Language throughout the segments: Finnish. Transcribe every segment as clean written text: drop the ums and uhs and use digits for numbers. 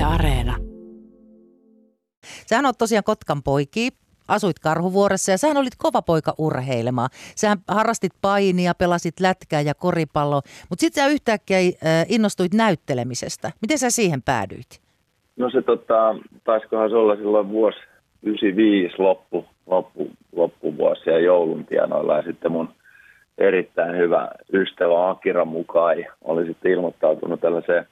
Areena. Sähän oot tosiaan Kotkan poikia, asuit Karhuvuoressa ja sähän olit kova poika urheilemaan. Sähän harrastit painia, pelasit lätkää ja koripalloa, mutta sitten sä yhtäkkiä innostuit näyttelemisestä. Miten sä siihen päädyit? No se taisikohan se olla silloin vuosi 95 loppuvuosi ja joulun tienoilla ja sitten mun erittäin hyvä ystävä Akira Mukai oli sitten ilmoittautunut tällaiseen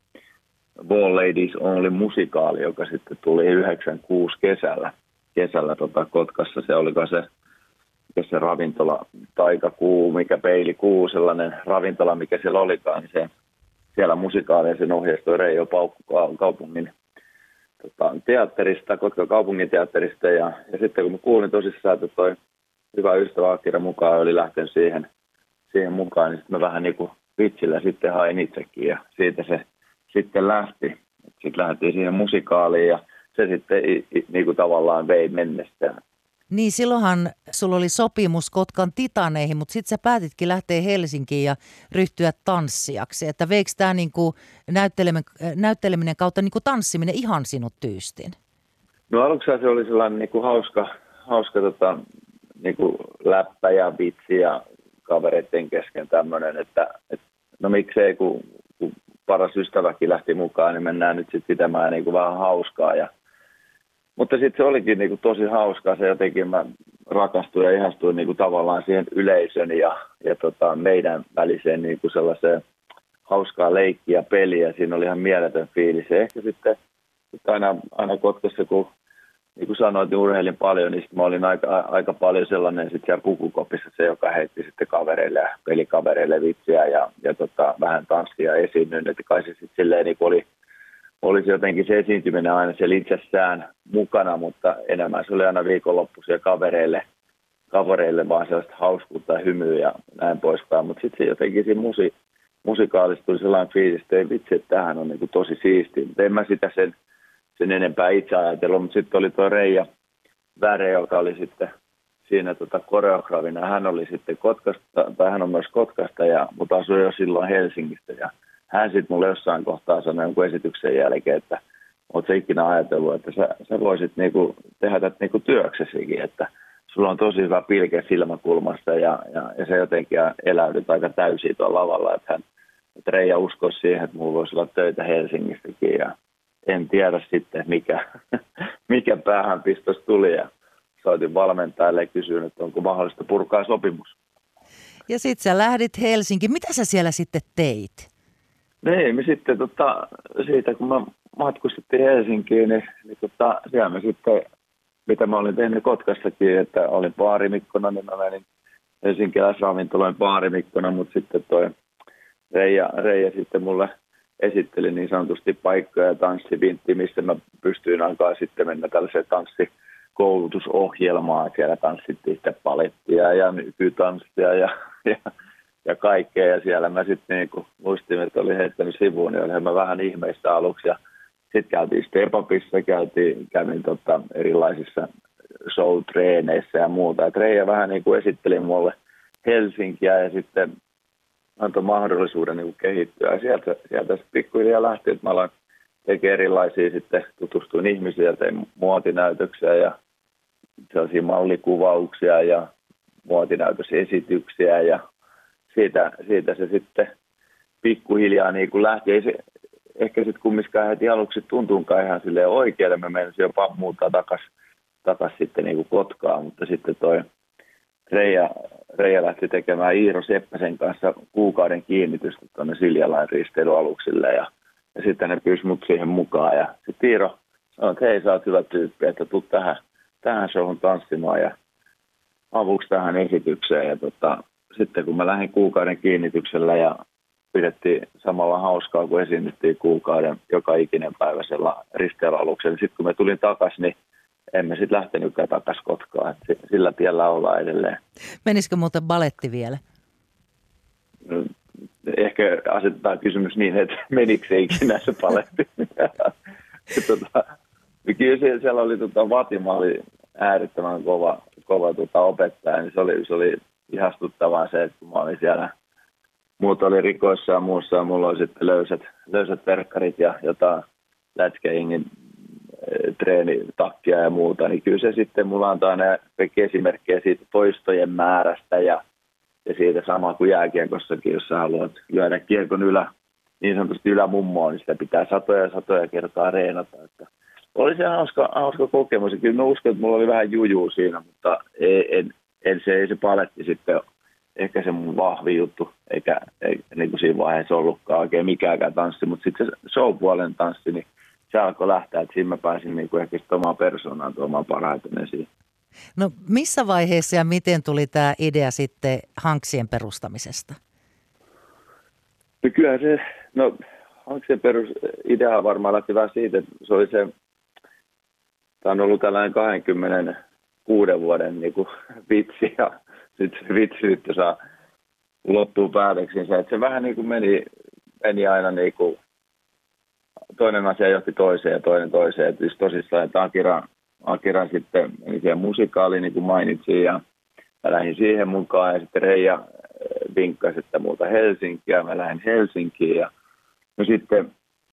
Ball Ladies Only -musikaali, joka sitten tuli 96 kesällä Kotkassa. Se oliko se ravintola Taikakuu, mikä Peilikuu, sellainen ravintola, mikä siellä olikaan, niin siellä musikaali ja sen ohjeistoi Reijo Paukku kaupungin teatterista, Kotkan kaupungin teatterista ja sitten kun mä kuulin tosissaan, että toi hyvä ystävä Akira Mukai oli lähtenyt siihen mukaan, niin sitten mä vähän niin kuin vitsillä sitten hain itsekin ja siitä se sitten lähti. Sitten lähdettiin siihen musikaaliin ja se sitten niin kuin tavallaan vei mennessään. Niin silloinhan sulla oli sopimus Kotkan Titaneihin, mutta sitten sä päätitkin lähteä Helsinkiin ja ryhtyä tanssijaksi. Että veikö tämä niinku näytteleminen kautta niinku tanssiminen ihan sinut tyystin? No aluksi se oli sellainen niinku hauska niinku läppä ja vitsi ja kavereiden kesken tämmöinen, että no miksei kun paras ystäväkin lähti mukaan, niin mennään nyt sitten pitämään niinku vähän hauskaa. Mutta sitten se olikin niinku tosi hauskaa, se jotenkin mä rakastuin ja ihastuin niinku tavallaan siihen yleisön ja meidän väliseen niinku sellaiseen hauskaa leikkiä peliä. Siinä oli ihan mieletön fiilis. Ja ehkä sitten aina Kotkassa, kun niin kuin sanoit, niin urheilin paljon, niin mä olin aika paljon sellainen sitten siellä pukukopissa se, joka heitti sitten kavereille ja pelikavereille vitsiä ja vähän tanssia esiinnyin. Että kai se sitten silleen niin olisi jotenkin se esiintyminen aina siellä itsessään mukana, mutta enemmän se oli aina viikonloppuisia kavereille vaan sellaista hauskuutta ja hymyä ja näin poispäin. Mutta sitten se jotenkin siinä musikaalista tuli sellainen fiilis, että ei vitsi, että tämähän on niin kuin tosi siistiä. Mutta en mä sitä sen enempää itse ajatellut, mutta sitten oli tuo Reija Väre, joka oli sitten siinä koreografina. Hän oli sitten Kotkasta, tai hän on myös Kotkasta, mutta asui jo silloin Helsingistä. Ja hän sitten mulle jossain kohtaa sanoi jonkun esityksen jälkeen, että oletko ikinä ajatellut, että sä voisit niinku tehdä tätä niinku työksesikin, että sulla on tosi hyvä pilke silmäkulmasta ja se jotenkin eläydyt aika täysin tuolla lavalla, että Reija uskoisi siihen, että mulla voisi olla töitä Helsingistäkin ja en tiedä sitten, mikä päähänpistos tuli ja soitin valmentajalle ja kysyin, että onko mahdollista purkaa sopimus. Ja sitten sä lähdit Helsinkiin. Mitä sä siellä sitten teit? Niin, me sitten siitä kun mä matkustettiin Helsinkiin, niin siellä me sitten, mitä mä olin tehnyt Kotkassakin, että olin baarimikkona, niin mä menin helsinkiläisravintoloin baarimikkona, mutta sitten toi Reija sitten mulle esitteli niin sanotusti paikkoja ja tanssivintti, missä mä pystyin alkaa sitten mennä tällaiseen tanssikoulutusohjelmaan. Siellä tanssittiin sitten palettia ja nykytanssia ja kaikkea. Ja siellä mä sitten niin kuin muistin, että olin heittänyt sivuun, niin olin mä vähän ihmeistä aluksi. Ja sitten käytiin Stepapissa, kävin erilaisissa show-treeneissä ja muuta. Et Reija vähän niin kuin esitteli mulle Helsinkiä ja sitten antoi mahdollisuuden niin kuin kehittyä. Ja sieltä sitten pikkuhiljaa lähti, että mä aloin tekemään erilaisia, sitten tutustuin ihmisiä, tein muotinäytöksiä ja sellaisia mallikuvauksia ja muotinäytösesityksiä ja siitä se sitten pikkuhiljaa niin kuin lähti. Ei se ehkä sitten kumminkaan heti aluksi tuntuunkaan ihan silleen oikealle. Mä menisin jopa muuttaa takas sitten niin kuin Kotkaan, mutta sitten toi Reija lähti tekemään Iiro Seppäsen kanssa kuukauden kiinnitystä tuonne Siljalain risteilyaluksille ja sitten ne pyysi mut siihen mukaan ja sitten Iiro sanoi, että hei, sä oot hyvä tyyppi, että tuu tähän showhun tanssimaan ja avuksi tähän esitykseen ja sitten kun mä lähdin kuukauden kiinnityksellä ja pidettiin samalla hauskaa, kun esiinnyttiin kuukauden joka ikinen päivä risteilyaluksella, niin sitten kun me tulin takaisin, niin emme sitten lähtenytkään takaisin Kotkaan, että sillä tiellä ollaan edelleen. Menisikö muuten baletti vielä? Ehkä asetetaan kysymys niin, että menikö se ikinä se baletti? Kyllä siellä oli Vatima oli äärettömän kova opettaja, niin se oli ihastuttavaa se, että kun mä olin siellä, muut oli rikoissa ja muussa ja mulla oli sitten löysät verkkarit ja jotain lätkäjengin treenitakkia ja muuta, niin kyllä se sitten mulla antaa aina esimerkkejä siitä toistojen määrästä ja siitä sama kuin jääkiekossakin, jos sä haluat lyödä kiekon niin sanotusti ylämummoon, niin sitä pitää satoja kertaa reenata. Että oli se hauska kokemus. Ja kyllä mä uskon, että mulla oli vähän jujuu siinä, mutta ei se paletti sitten ehkä se mun vahvi juttu, eikä niin kuin siinä vaiheessa ollutkaan oikein mikäänkään tanssi, mutta sitten se show-puolen tanssi, niin se alkoi lähteä, että siinä mä pääsin niin kuin ehkä sitten omaa persoonaan tuomaan parhaiten esiin. No missä vaiheessa ja miten tuli tämä idea sitten Hanksien perustamisesta? No kyllä se, Hanksien idea varmaan lähti vähän siitä, että se oli se, tämä on ollut tällainen 26 vuoden niin kuin vitsi ja sitten se vitsi nyt saa loppuun päätöksiinsä, että se vähän niin kuin meni aina niin kuin toinen asia johti toiseen ja toinen toiseen, että tosissaan, että Akira sitten meni siihen musikaaliin, niin kuin mainitsin, ja mä lähdin siihen mukaan, ja sitten Reija vinkkasi, että muuta Helsinkiä, mä lähdin Helsinkiin, ja no sitten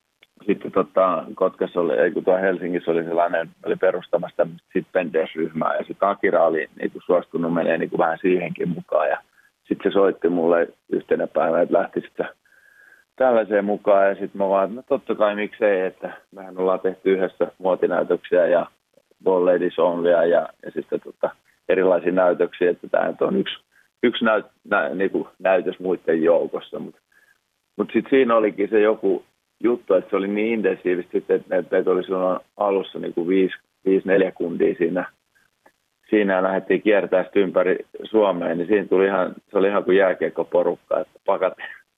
Kotkassa Helsingissä oli sellainen, oli perustamassa tämmöistä Pendes-ryhmää, ja sitten Akira oli niin kuin suostunut menee niin kuin vähän siihenkin mukaan, ja sitten se soitti mulle yhtenä päivänä, että lähtisit tällaiseen mukaan, ja sitten mä vaan, että no totta kai miksei, että mehän ollaan tehty yhdessä muotinäytöksiä ja Ball Ladies Onlya ja sitten erilaisia näytöksiä, että tämä on yksi niin näytös muiden joukossa, mutta sitten siinä olikin se joku juttu, että se oli niin intensiivistä, että oli silloin alussa niin kuin 5-4 kundia siinä ja lähdettiin kiertämään ympäri Suomeen, niin siinä se oli ihan kuin jääkiekkoporukka, että pakat,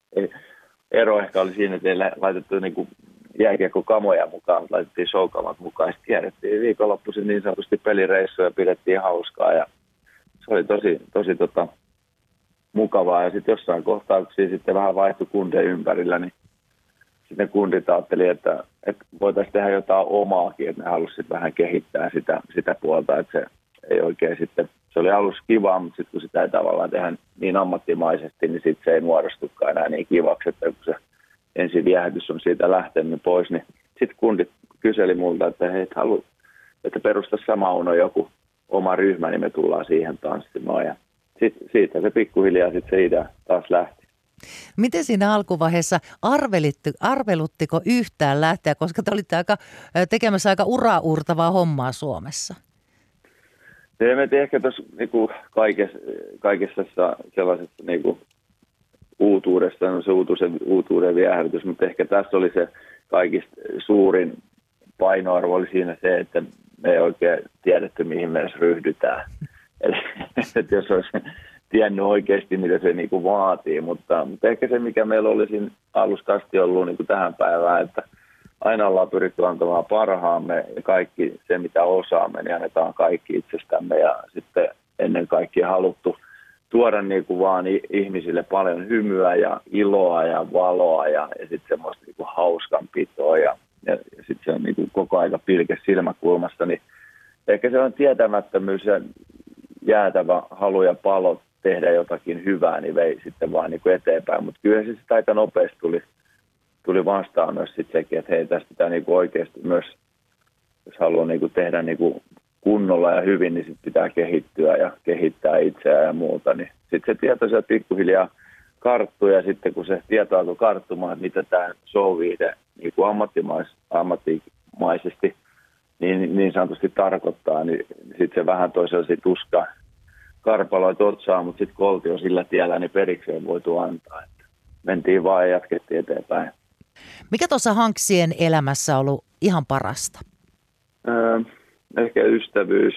ero ehkä oli siinä, että ei laitettu niin kuin jääkiekkokamoja mukaan, mutta laitettiin showkamat mukaan. Sitten kierrettiin viikonloppuisin niin sanotusti pelireissuja ja pidettiin hauskaa. Ja se oli tosi mukavaa. Ja sitten jossain kohtauksia sitten vähän vaihtui kundeen ympärillä, niin sitten ne kundit ajatteli, että voitaisiin tehdä jotain omaakin, että ne halusivat vähän kehittää sitä puolta, että se ei oikein sitten, se oli alussa kivaa, mutta sitten kun sitä ei tavallaan tehdä niin ammattimaisesti, niin sitten se ei muodostukaan enää niin kivaksi, että kun se ensin viehätys on siitä lähtenyt pois, niin sitten kundit kyseli multa, että hei, haluat, että perusta sama Uno joku oma ryhmä, niin me tullaan siihen tanssimaan. Ja siitä se pikkuhiljaa sitten se idea taas lähti. Miten siinä alkuvaiheessa arveluttiko yhtään lähteä, koska te olitte tekemässä aika uraurtavaa hommaa Suomessa? Me ehkä tuossa niinku kaikessa sellaisessa niinku uutuudesta, no se uutuuden viehätys, mutta ehkä tässä oli se kaikista suurin painoarvo oli siinä se, että me ei oikein tiedetty, mihin me edes ryhdytään. Eli että jos olisi tiennyt oikeasti, mitä se niinku vaatii, mutta ehkä se, mikä meillä oli siinä alusta asti ollut niinku tähän päivään, että aina ollaan pyritty antamaan parhaamme ja kaikki se, mitä osaamme, niin annetaan kaikki itsestämme ja sitten ennen kaikkea haluttu tuoda niin kuin vaan ihmisille paljon hymyä ja iloa ja valoa ja sitten semmoista niin kuin hauskanpitoa ja sitten se on niin kuin koko aika pilke silmäkulmasta, niin ehkä se on tietämättömyys ja jäätävä halu ja palo tehdä jotakin hyvää, niin vei sitten vaan niin kuin eteenpäin, mutta kyllä se sitten aika nopeasti tuli vastaan myös sitten sekin, että hei, tästä pitää niin kuin oikeasti myös, jos haluaa niin kuin tehdä niin kuin kunnolla ja hyvin, niin sitten pitää kehittyä ja kehittää itseään ja muuta. Niin sitten se tieto sieltä pikkuhiljaa karttuu ja sitten kun se tieto alkoi karttumaan, että mitä tämä show-viihde niin kuin ammattimaisesti niin sanotusti tarkoittaa, niin sitten se vähän toisella tuskaa karpaloita otsaa, mutta sitten kun oltiin jo sillä tiellä, niin periksi ei voitu antaa. Että mentiin vaan ja jatkettiin eteenpäin. Mikä tuossa Hanksien elämässä on ollut ihan parasta? Ehkä ystävyys,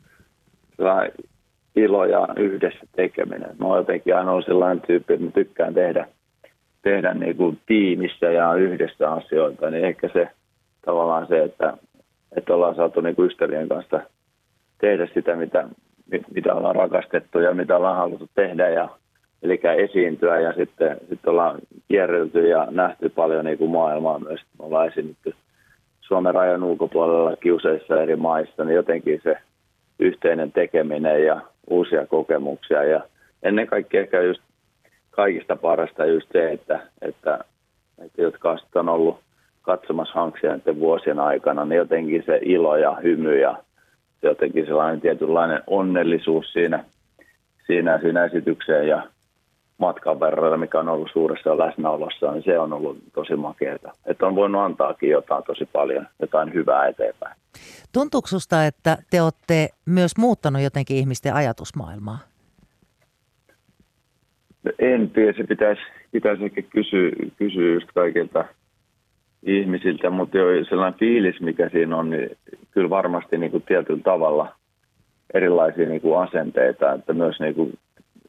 ilo ja yhdessä tekeminen. Mä oon jotenkin aina ollut sellainen tyyppi, että mä tykkään tehdä niin kuin tiimissä ja yhdessä asioita. Niin ehkä se tavallaan se, että ollaan saatu niin kuin ystävien kanssa tehdä sitä, mitä ollaan rakastettu ja mitä ollaan haluttu tehdä. Eli esiintyä ja sitten ollaan kierrelty ja nähty paljon niin kuin maailmaa myös. Me ollaan esiinnytty Suomen rajan ulkopuolella useissa eri maissa, niin jotenkin se yhteinen tekeminen ja uusia kokemuksia. Ja ennen kaikkea ehkä just kaikista parasta just se, että jotka on ollut katsomassa hanksia näiden vuosien aikana, niin jotenkin se ilo ja hymy ja jotenkin sellainen tietynlainen onnellisuus siinä esitykseen ja matkan verran, mikä on ollut suuressa läsnäolossa, niin se on ollut tosi makeata. Että on voinut antaakin jotain tosi paljon, jotain hyvää eteenpäin. Tuntuuko susta, että te olette myös muuttanut jotenkin ihmisten ajatusmaailmaa? En tiedä, se pitäisi ehkä kysyä just kaikilta ihmisiltä, mutta jo sellainen fiilis, mikä siinä on, niin kyllä varmasti niin kuin tietyllä tavalla erilaisia niin kuin asenteita, että myös niin kuin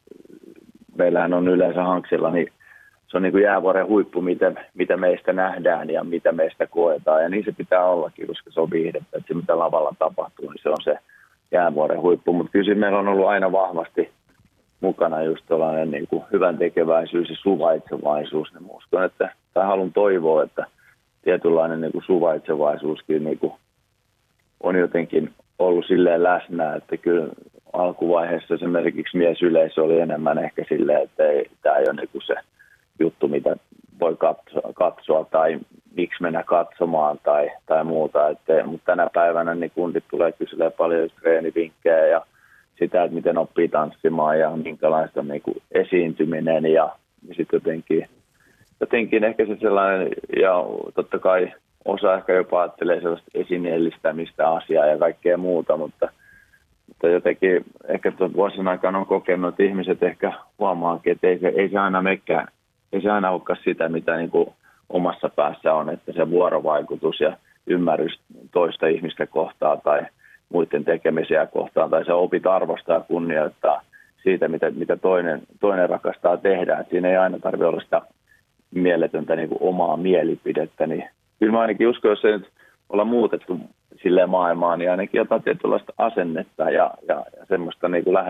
meillähän on yleensä Hanksilla, niin se on niin kuin jäävuoren huippu, mitä meistä nähdään ja mitä meistä koetaan. Ja niin se pitää ollakin, koska se on viihdettä, että se mitä lavalla tapahtuu, niin se on se jäävuoren huippu. Mutta kyllä meillä on ollut aina vahvasti mukana just tällainen niin kuin hyvän tekeväisyys ja suvaitsevaisuus. Niin uskon, että, tai haluan toivoa, että tietynlainen niin kuin suvaitsevaisuuskin niin kuin on jotenkin ollut silleen läsnä, että kyllä alkuvaiheessa esimerkiksi miesyleisö oli enemmän ehkä silleen, että tämä ei ole niin kuin se juttu, mitä voi katsoa tai miksi mennä katsomaan tai muuta. Mutta tänä päivänä niin kundit tulee kyselemään paljon treenivinkkejä ja sitä, että miten oppii tanssimaan ja minkälaista niin kuin esiintyminen ja sitten jotenkin ehkä se sellainen, ja totta kai osa ehkä jopa ajattelee sellaista esineellistämistä asiaa ja kaikkea muuta, mutta jotenkin ehkä tuon vuosien aikana on kokenut, että ihmiset ehkä huomaakin, että ei se aina mekään, ei se aina olekaan sitä, mitä niin kuin omassa päässä on, että se vuorovaikutus ja ymmärrys toista ihmistä kohtaan tai muiden tekemisiä kohtaan, tai sä opit arvostaa ja kunnioittaa siitä, mitä toinen rakastaa tehdä. Et siinä ei aina tarvitse olla sitä mieletöntä niin kuin omaa mielipidettä. Niin kyllä mä ainakin uskon, jos ei nyt olla muutettu silleen maailmaan, niin ainakin jotain tietynlaista asennetta ja semmoista niin kuin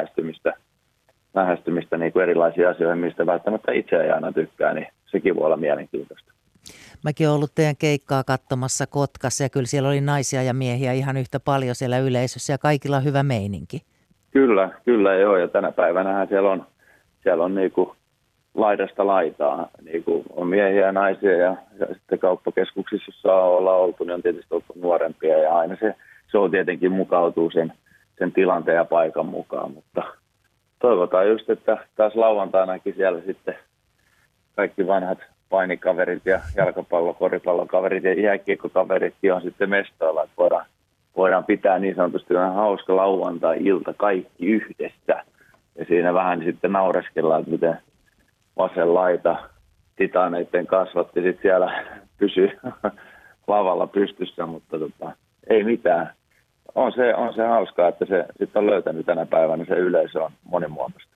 lähestymistä niin kuin erilaisiin asioihin, mistä välttämättä itse ei aina tykkää, niin sekin voi olla mielenkiintoista. Mäkin olen ollut teidän keikkaa katsomassa Kotkassa ja kyllä siellä oli naisia ja miehiä ihan yhtä paljon siellä yleisössä ja kaikilla on hyvä meininki. Kyllä joo, ja tänä päivänä siellä on niin kuin laidasta laitaa, niin kuin on miehiä ja naisia ja sitten kauppakeskuksissa, jossa ollaan oltu, niin on tietysti ollut nuorempia ja aina se on tietenkin mukautuu sen tilanteen ja paikan mukaan, mutta toivotaan just, että taas lauantainakin siellä sitten kaikki vanhat painikaverit ja koripallokaverit ja jääkiekkokaveritkin on sitten mestoilla, että voidaan pitää niin sanotusti hauska lauantai-ilta kaikki yhdessä. Ja siinä vähän sitten naureskellaan, että miten vasen laita titaneiden kasvatti sitten siellä pysyy lavalla pystyssä, mutta ei mitään. On se hauskaa, että se sitten on löytänyt tänä päivänä, se yleisö on monimuotoista.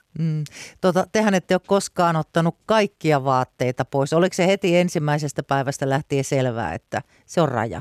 Tehän ette ole koskaan ottanut kaikkia vaatteita pois. Oliko se heti ensimmäisestä päivästä lähtien selvää, että se on raja?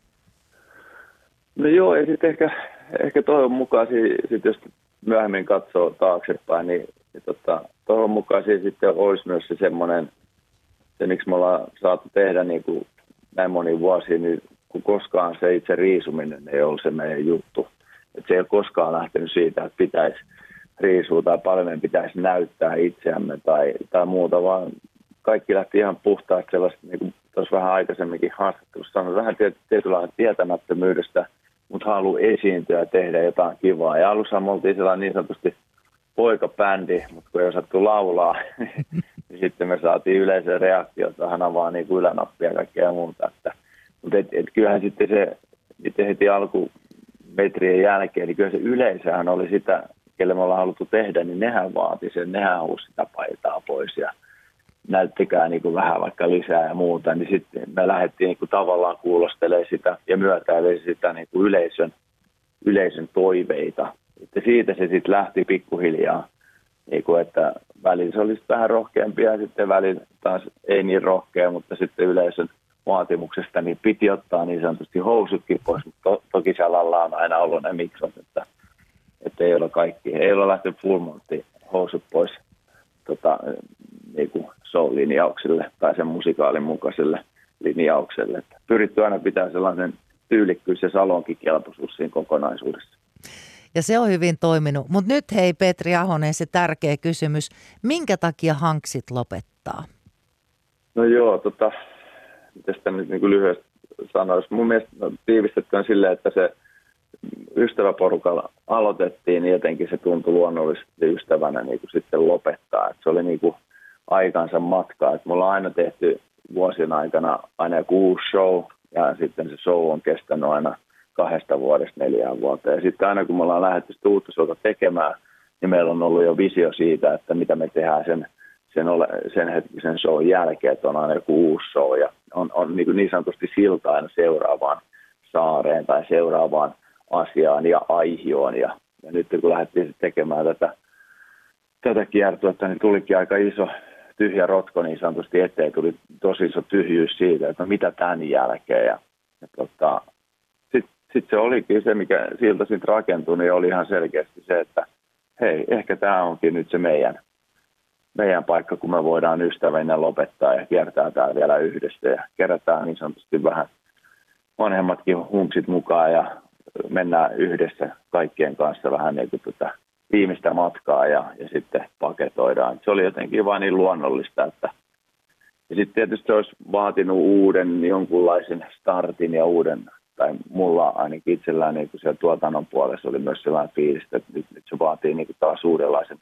No joo, ja sitten ehkä toivon mukaan, sit jos myöhemmin katsoo taaksepäin, niin toivon mukaan sitten olisi myös se semmoinen, se miksi me ollaan saatu tehdä niin kuin näin moni vuosi, niin kun koskaan se itse riisuminen ei ole se meidän juttu. Että se ei ole koskaan lähtenyt siitä, että pitäisi riisua tai paljon pitäisi näyttää itseämme tai muuta, vaan kaikki lähti ihan puhtaasti sellaista, niin kuin tuossa vähän aikaisemminkin haastattelussa sanoin, vähän tietynlainen tietämättömyydestä, mutta haluaa esiintyä ja tehdä jotain kivaa. Ja alussa me oltiin sellainen niin sanotusti poikabändi, mutta kun ei osattu laulaa, niin sitten me saatiin yleisön reaktiot vähän avaa niin kuin ylänappia ja kaikkea muuta. Mutta kyllähän sitten se heti alkumetrien jälkeen, niin kyllä se yleisöhän oli sitä, kelle me ollaan haluttu tehdä, niin nehän vaati sen, nehän halusi sitä paitaa pois ja näyttikää niin kuin vähän vaikka lisää ja muuta, niin sitten me lähdettiin niin kuin tavallaan kuulostelemaan sitä ja myötäilemään sitä niin kuin yleisön toiveita. Että siitä se sitten lähti pikkuhiljaa, niin kuin että välillä se oli vähän rohkeampi ja sitten välillä taas ei niin rohkea, mutta sitten yleisön vaatimuksesta niin piti ottaa niin sanotusti housutkin pois, mutta toki siellä alla on aina ollut ne miksot, että ei ole lähtenyt full monty housut pois niin kuin soul-linjaukselle tai sen musikaalin mukaiselle linjaukselle. Että pyritty aina pitää sellaisen tyylikkyys ja salonkikelpoisuus siinä kokonaisuudessa. Ja se on hyvin toiminut. Mutta nyt hei Petri Ahonen, se tärkeä kysymys. Minkä takia Hanksit lopettaa? No joo, miten sitä nyt niin kuin lyhyesti sanoisi. Mun mielestä tiivistetään silleen, että se ystäväporukalla aloitettiin, niin jotenkin se tuntui luonnollisesti ystävänä niin kuin sitten lopettaa. Et se oli niin kuin aikansa matkaa. Et mulla on aina tehty vuosien aikana aina joku uusi show, ja sitten se show on kestänyt aina 2 vuodesta 4 vuoteen. Ja sitten aina kun me ollaan lähdetty sitä uutta showta tekemään, niin meillä on ollut jo visio siitä, että mitä me tehdään sen hetkisen show jälkeen, että on aina joku uusi show, ja on niin sanotusti silta aina seuraavaan saareen tai seuraavaan asiaan ja aihioon. Ja nyt kun lähdettiin tekemään tätä kiertuetta, niin tulikin aika iso tyhjä rotko niin sanotusti eteen. Tuli tosi iso tyhjyys siitä, että mitä tämän jälkeen. Ja sitten se olikin se, mikä siltä sitten rakentui, niin oli ihan selkeästi se, että hei, ehkä tämä onkin nyt se meidän paikka, kun me voidaan ystävänä lopettaa ja kiertää täällä vielä yhdessä ja kerätään niin sanotusti vähän vanhemmatkin humpsit mukaan ja mennään yhdessä kaikkien kanssa vähän niin kuin viimeistä matkaa ja sitten paketoidaan. Se oli jotenkin vain niin luonnollista, että ja sitten tietysti se olisi vaatinut uuden jonkunlaisen startin ja uuden, tai mulla ainakin itsellään niin kuin siellä tuotannon puolessa oli myös sellainen fiilis, että nyt se vaatii niin kuin taas uudenlaisen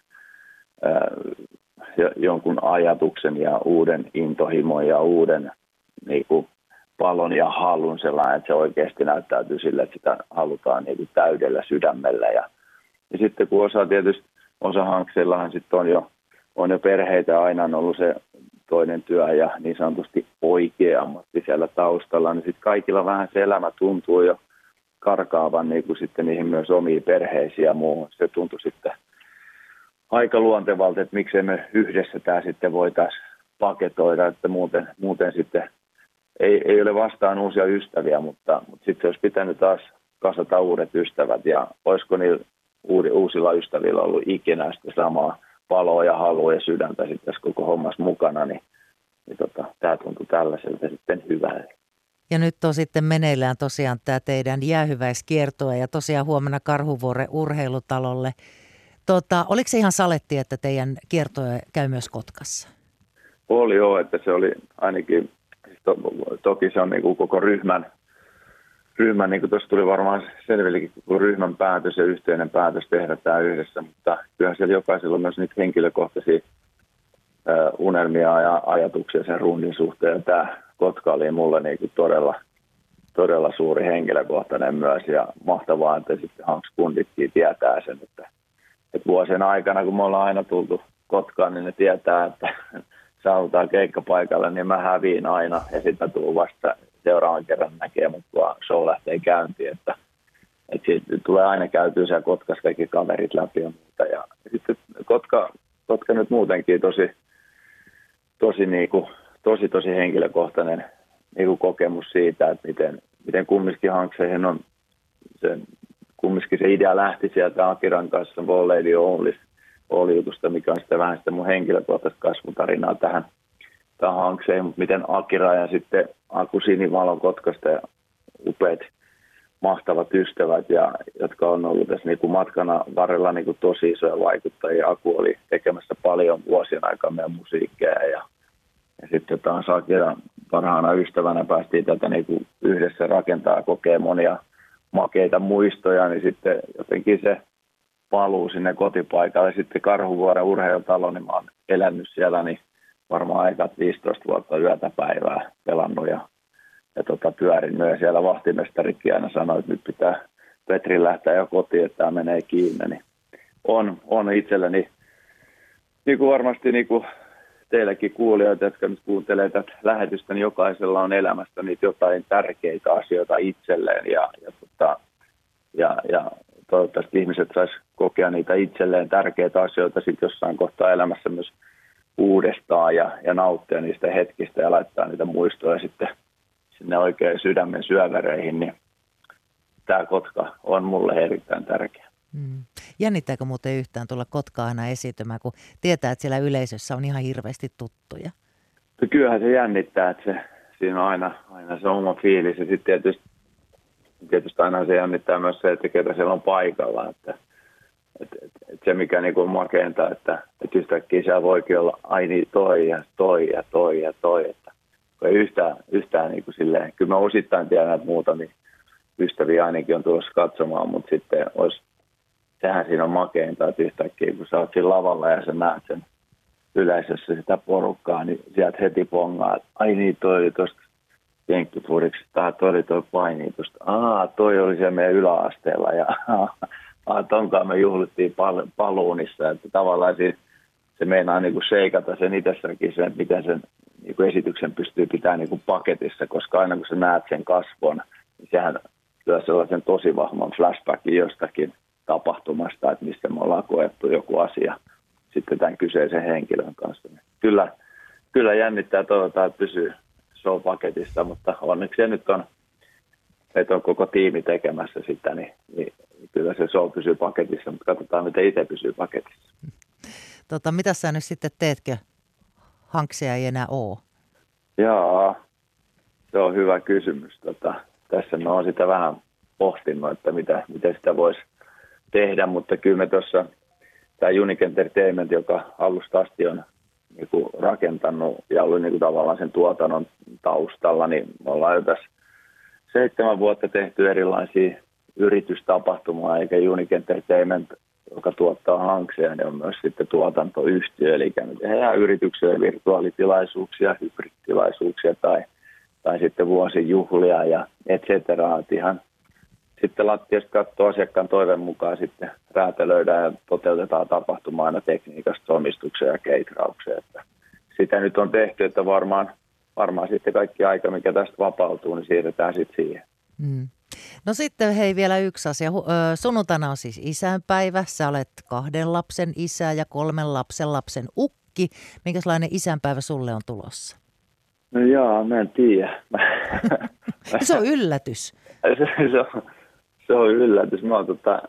jonkun ajatuksen ja uuden intohimon ja uuden niin kuin palon ja halun sellainen, että se oikeasti näyttäytyy sille, että sitä halutaan niin kuin täydellä sydämellä. Ja sitten kun osa hankseillahan sitten on jo perheitä, aina on ollut se toinen työ ja niin sanotusti oikea ammatti siellä taustalla, niin sitten kaikilla vähän se elämä tuntuu jo karkaavan niin kuin sitten niihin myös omiin perheisiin ja muuhun. Se tuntui sitten aika luontevalta, että miksei me yhdessä tämä sitten voitaisiin paketoida, että muuten sitten ei ole vastaan uusia ystäviä, mutta sitten olisi pitänyt taas kasata uudet ystävät ja olisiko niillä uusilla ystävillä ollut ikinä sitä samaa paloa ja halua ja sydäntä sitten tässä koko hommassa mukana, niin tämä tuntui tällaiselta sitten hyvältä. Ja nyt on sitten meneillään tosiaan tämä teidän jäähyväiskiertue ja tosiaan huomenna Karhuvuoren urheilutalolle. Oliko se ihan saletti, että teidän kiertue käy myös Kotkassa? Oli joo, että se oli ainakin, toki se on niin kuin koko ryhmän niin kuin tuossa tuli varmaan selvillekin koko ryhmän päätös ja yhteinen päätös tehdä tämä yhdessä, mutta kyllähän siellä jokaisella on myös niitä henkilökohtaisia unelmia ja ajatuksia sen rundin suhteen. Ja tämä Kotka oli mulle niin kuin todella suuri henkilökohtainen myös ja mahtavaa, että sitten Hanks-kunditkin tietää sen, että vuosien aikana, kun me ollaan aina tultu Kotkaan, niin ne tietää, että saavutaan keikkapaikalle, niin mä häviin aina ja sitten tuun vasta seuraavan kerran näkemään, kun show lähtee käyntiin, että siitä tulee aina käytyä siellä Kotkassa kaikki kaverit läpi ja muuta. Ja sitten Kotka nyt muutenkin tosi henkilökohtainen niin kuin kokemus siitä, että miten kumminkin Hankseihin on kumminkin se idea lähti sieltä Akiran kanssa Ball Lady Only-jutusta, mikä on sitten vähän sitä mun henkilökohtaista kasvutarinaa tähän Hankseihin, mutta miten Akira ja sitten Aku Sinivalo Kotkasta ja upeat mahtavat ystävät, jotka on ollut tässä niin kuin matkana varrella niin kuin tosi isoja vaikuttajia. Aku oli tekemässä paljon vuosien aikaa meidän musiikkia ja sitten taas Akiran parhaana ystävänä päästiin tätä niin kuin yhdessä rakentaa ja kokee monia makeita muistoja, niin sitten jotenkin se paluu sinne kotipaikalle. Sitten Karhuvuoren urheilutalo, niin mä oon elänyt siellä niin varmaan aikat 15 vuotta yötä päivää pelannut ja pyörin myös siellä. Vahtimestarikin aina sanoi, että nyt pitää Petrin lähteä jo kotiin, että tämä menee kiinni. Niin on itselleni, niin kuin varmasti niin kuin teillekin kuulijoita, jotka nyt kuuntelee tätä lähetystä, niin jokaisella on elämästä niitä jotain tärkeitä asioita itselleen ja toivottavasti ihmiset sais kokea niitä itselleen tärkeitä asioita sitten jossain kohtaa elämässä myös uudestaan ja nauttia niistä hetkistä ja laittaa niitä muistoja sitten sinne oikein sydämen syövereihin, niin tämä Kotka on mulle erittäin tärkeä. Jännittääkö muuten yhtään tulla Kotkaan aina esiintymään, kun tietää, että siellä yleisössä on ihan hirveästi tuttuja? Kyllähän se jännittää, että siinä on aina se oma fiilis ja sitten tietysti aina se jännittää myös se, että ketä siellä on paikalla, että se mikä niin kuin makeinta, että yhtäkkiä siellä voikin olla aina toi, että ei yhtään niin kuin silleen, kyllä mä osittain tiedän, että muutamia ystäviä ainakin on tulossa katsomaan, mutta sitten sehän siinä on makeinta, että yhtäkkiä kun sä oot siinä lavalla ja sä näet sen yleisössä sitä porukkaa, niin sieltä heti pongaa, että ai niin, toi oli tuosta jenkkifuriksi, toi oli toi paini tuosta, toi oli siellä meidän yläasteella ja tonkaan me juhlittiin paluunissa, että tavallaan se meinaa niin kuin sheikata sen itsessäkin sen, miten sen niin kuin esityksen pystyy pitämään niin kuin paketissa, koska aina kun sä näet sen kasvon, niin sehän lyö sellaisen tosi vahvan flashbackin jostakin tapahtumasta, että missä me ollaan koettu joku asia sitten tämän kyseisen henkilön kanssa. Kyllä jännittää, toivotaan, että pysyy show-paketissa, mutta onneksi se nyt on, että on koko tiimi tekemässä sitä, niin kyllä se show pysyy paketissa, mutta katsotaan, miten itse pysyy paketissa. Mitä sä nyt sitten teetkö? Hanksia ei enää ole. Jaa, se on hyvä kysymys. Tässä mä oon sitä vähän pohtinut, että miten sitä voisi tehdä, mutta kyllä me tuossa tämä Unique Entertainment, joka alusta asti on niinku rakentanut ja ollut niinku tavallaan sen tuotannon taustalla, niin me ollaan jo tässä 7 vuotta tehty erilaisia yritystapahtumaa, eikä Unique Entertainment, joka tuottaa hankseja, niin on myös sitten tuotantoyhtiö, eli me tehdään yrityksiä, virtuaalitilaisuuksia, hybriditilaisuuksia tai sitten vuosijuhlia ja et cetera. Ihan sitten lattiasta katsoo asiakkaan toiveen mukaan sitten räätälöidään ja toteutetaan tapahtumaa aina tekniikasta omistukseen ja keitraukseen. Että sitä nyt on tehty, että varmaan sitten kaikki aika, mikä tästä vapautuu, niin siirretään sitten siihen. Mm. No sitten hei vielä yksi asia. Sunnuntaina on siis isänpäivä. Sä olet 2 lapsen isä ja 3 lapsen ukki. Minkälainen isänpäivä sulle on tulossa? No jaa, mä en tiedä. Se on yllätys. Se on yllätys. Mä oon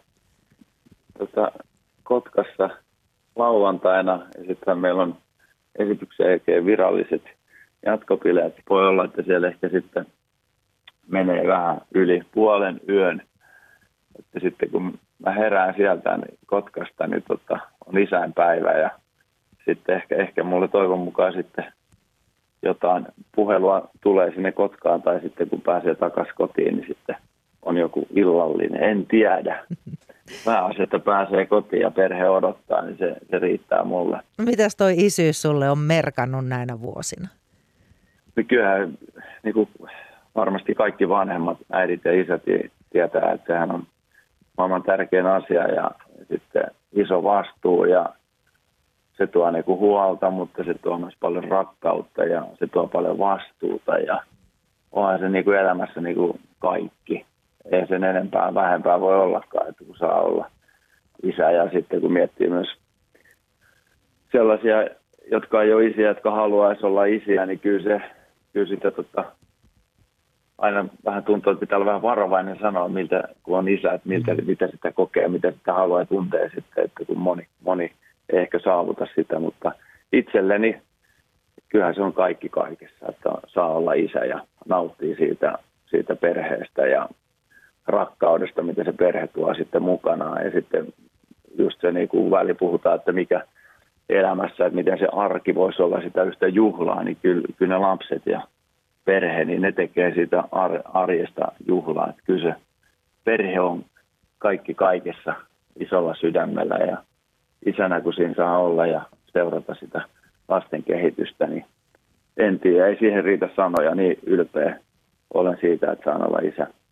Kotkassa lauantaina ja sitten meillä on esityksen jälkeen viralliset jatkopileet. Voi olla, että siellä ehkä sitten menee vähän yli puolen yön. Että sitten kun mä herään sieltä niin Kotkasta, niin on isänpäivä ja sitten ehkä mulle toivon mukaan sitten jotain puhelua tulee sinne Kotkaan tai sitten kun pääsee takaisin kotiin, niin sitten on joku illallinen. En tiedä. Pääasia, että pääsee kotiin ja perhe odottaa, niin se riittää mulle. Mitäs toi isyys sulle on merkannut näinä vuosina? Kyllähän niin kuin varmasti kaikki vanhemmat äidit ja isät tietää, että sehän on maailman tärkein asia ja sitten iso vastuu ja se tuo niin kuin huolta, mutta se tuo myös paljon rakkautta ja se tuo paljon vastuuta ja onhan se niin kuin elämässä niin kuin kaikki. Ei sen enempää vähempää voi ollakaan, että kun saa olla isä ja sitten kun miettii myös sellaisia, jotka ei ole isiä, jotka haluaisi olla isiä, niin kyllä sitä aina vähän tuntuu, että pitää olla vähän varovainen sanoa, kun on isä, että mitä sitä kokee, mitä sitä haluaa ja tuntee sitten, että kun moni ei ehkä saavuta sitä, mutta itselleni kyllähän se on kaikki kaikessa, että saa olla isä ja nauttii siitä perheestä ja rakkaudesta, mitä se perhe tuo sitten mukanaan. Ja sitten just se, niin kuin väli puhutaan, että mikä elämässä, että miten se arki voisi olla sitä yhtä juhlaa, niin kyllä ne lapset ja perhe, niin ne tekee siitä arjesta juhlaa. Että kyllä se perhe on kaikki kaikessa isolla sydämellä ja isänä, kun siinä saa olla ja seurata sitä lasten kehitystä, niin en tiedä, ei siihen riitä sanoja, niin ylpeä olen siitä, että saan olla isä.